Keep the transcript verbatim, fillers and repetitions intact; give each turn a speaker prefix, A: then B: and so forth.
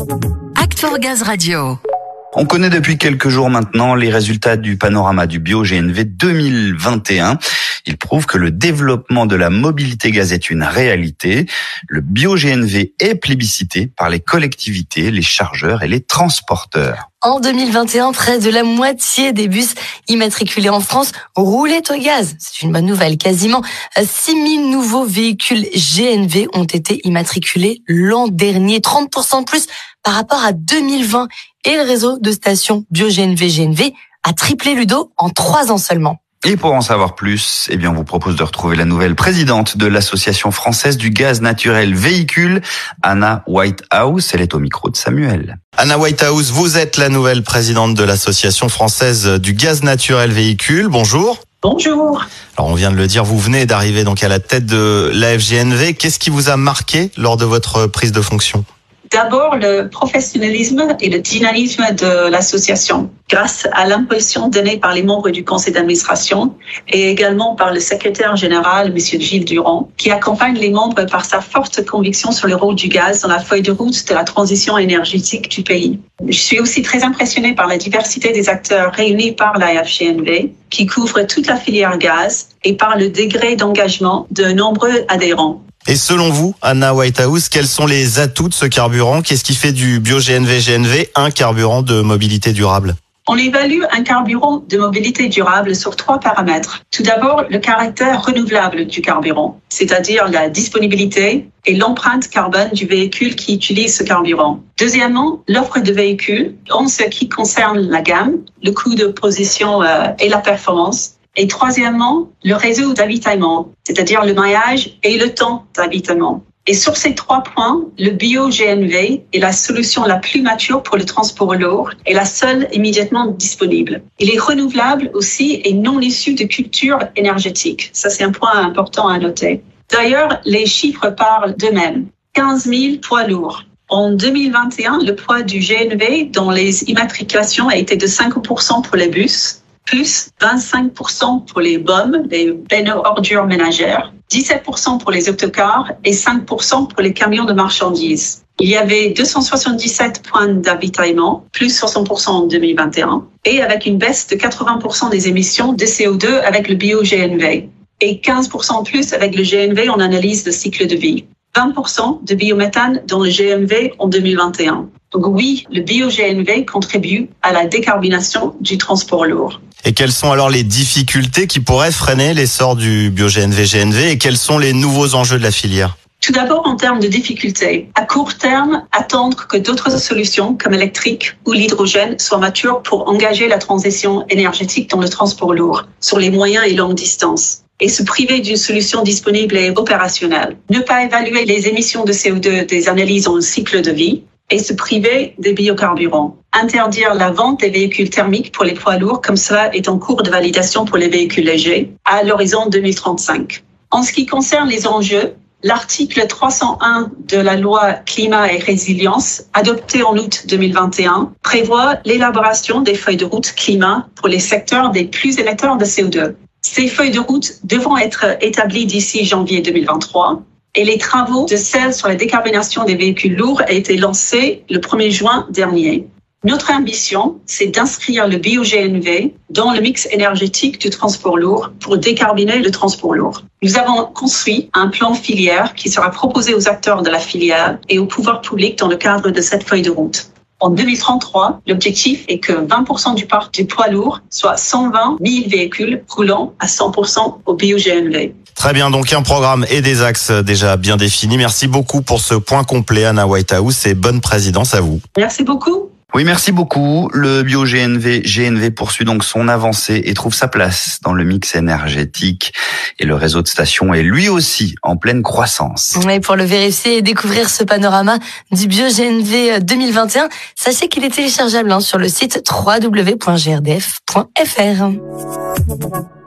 A: Act for Gaz Radio.
B: On connaît depuis quelques jours maintenant les résultats du panorama du Bio-G N V deux mille vingt et un. Il prouve que le développement de la mobilité gaz est une réalité. Le Bio-G N V est plébiscité par les collectivités, les chargeurs et les transporteurs.
C: En deux mille vingt et un, près de la moitié des bus immatriculés en France roulaient au gaz. C'est une bonne nouvelle. Quasiment six mille nouveaux véhicules G N V ont été immatriculés l'an dernier, trente pour cent de plus par rapport à deux mille vingt. Et le réseau de stations Bio-G N V G N V a triplé Ludo en trois ans seulement.
B: Et pour en savoir plus, eh bien, on vous propose de retrouver la nouvelle présidente de l'Association française du gaz naturel véhicule, Anna Whitehouse. Elle est au micro de Samuel.
D: Anna Whitehouse, vous êtes la nouvelle présidente de l'Association française du gaz naturel véhicule. Bonjour.
E: Bonjour.
D: Alors, on vient de le dire, vous venez d'arriver donc à la tête de l'A F G N V. Qu'est-ce qui vous a marqué lors de votre prise de fonction ?
E: D'abord, le professionnalisme et le dynamisme de l'association, grâce à l'impulsion donnée par les membres du conseil d'administration et également par le secrétaire général, M. Gilles Durand, qui accompagne les membres par sa forte conviction sur le rôle du gaz dans la feuille de route de la transition énergétique du pays. Je suis aussi très impressionnée par la diversité des acteurs réunis par l'A F G N V, qui couvre toute la filière gaz, et par le degré d'engagement de nombreux adhérents.
D: Et selon vous, Anna Whitehouse, quels sont les atouts de ce carburant ? Qu'est-ce qui fait du Bio-G N V G N V un carburant de mobilité durable ?
E: On évalue un carburant de mobilité durable sur trois paramètres. Tout d'abord, le caractère renouvelable du carburant, c'est-à-dire la disponibilité et l'empreinte carbone du véhicule qui utilise ce carburant. Deuxièmement, l'offre de véhicules en ce qui concerne la gamme, le coût de position euh, et la performance. Et troisièmement, le réseau d'avitaillement, c'est-à-dire le maillage et le temps d'avitaillement. Et sur ces trois points, le Bio-G N V est la solution la plus mature pour le transport lourd et la seule immédiatement disponible. Il est renouvelable aussi et non issu de culture énergétique. Ça, c'est un point important à noter. D'ailleurs, les chiffres parlent d'eux-mêmes. quinze mille poids lourds. En deux mille vingt et un, le poids du G N V dans les immatriculations a été de cinq pour cent pour les bus, plus vingt-cinq pour cent pour les B O M, les bennes ordures ménagères, dix-sept pour cent pour les autocars et cinq pour cent pour les camions de marchandises. Il y avait deux cent soixante-dix-sept points d'avitaillement, plus soixante pour cent en deux mille vingt et un, et avec une baisse de quatre-vingts pour cent des émissions de C O deux avec le Bio-G N V, et quinze pour cent plus avec le G N V en analyse de cycle de vie. vingt pour cent de biométhane dans le G N V en deux mille vingt et un. Donc oui, le Bio-G N V contribue à la décarbonation du transport lourd.
D: Et quelles sont alors les difficultés qui pourraient freiner l'essor du Bio-G N V G N V et quels sont les nouveaux enjeux de la filière ?
E: Tout d'abord, en termes de difficultés. À court terme, attendre que d'autres solutions, comme l'électrique ou l'hydrogène, soient matures pour engager la transition énergétique dans le transport lourd, sur les moyennes et longues distances. Et se priver d'une solution disponible et opérationnelle. Ne pas évaluer les émissions de C O deux des analyses en cycle de vie et se priver des biocarburants. Interdire la vente des véhicules thermiques pour les poids lourds, comme cela est en cours de validation pour les véhicules légers, à l'horizon deux mille trente-cinq. En ce qui concerne les enjeux, l'article trois cent un de la loi Climat et Résilience, adopté en août deux mille vingt et un, prévoit l'élaboration des feuilles de route climat pour les secteurs des plus émetteurs de C O deux. Ces feuilles de route devront être établies d'ici janvier deux mille vingt-trois et les travaux de celles sur la décarbonation des véhicules lourds ont été lancés le premier juin dernier. Notre ambition, c'est d'inscrire le Bio-G N V dans le mix énergétique du transport lourd pour décarboner le transport lourd. Nous avons construit un plan filière qui sera proposé aux acteurs de la filière et au pouvoir public dans le cadre de cette feuille de route. En deux mille trente-trois, l'objectif est que vingt pour cent du parc du poids lourd soit cent vingt mille véhicules roulant à cent pour cent au Bio-G N V.
D: Très bien, donc un programme et des axes déjà bien définis. Merci beaucoup pour ce point complet, Anna Whitehouse, et bonne présidence à vous.
E: Merci beaucoup.
B: Oui, merci beaucoup. Le Bio-G N V G N V poursuit donc son avancée et trouve sa place dans le mix énergétique. Et le réseau de stations est lui aussi en pleine croissance.
C: Et pour le vérifier et découvrir ce panorama du Bio-G N V deux mille vingt et un, sachez qu'il est téléchargeable sur le site w w w point g r d f point f r.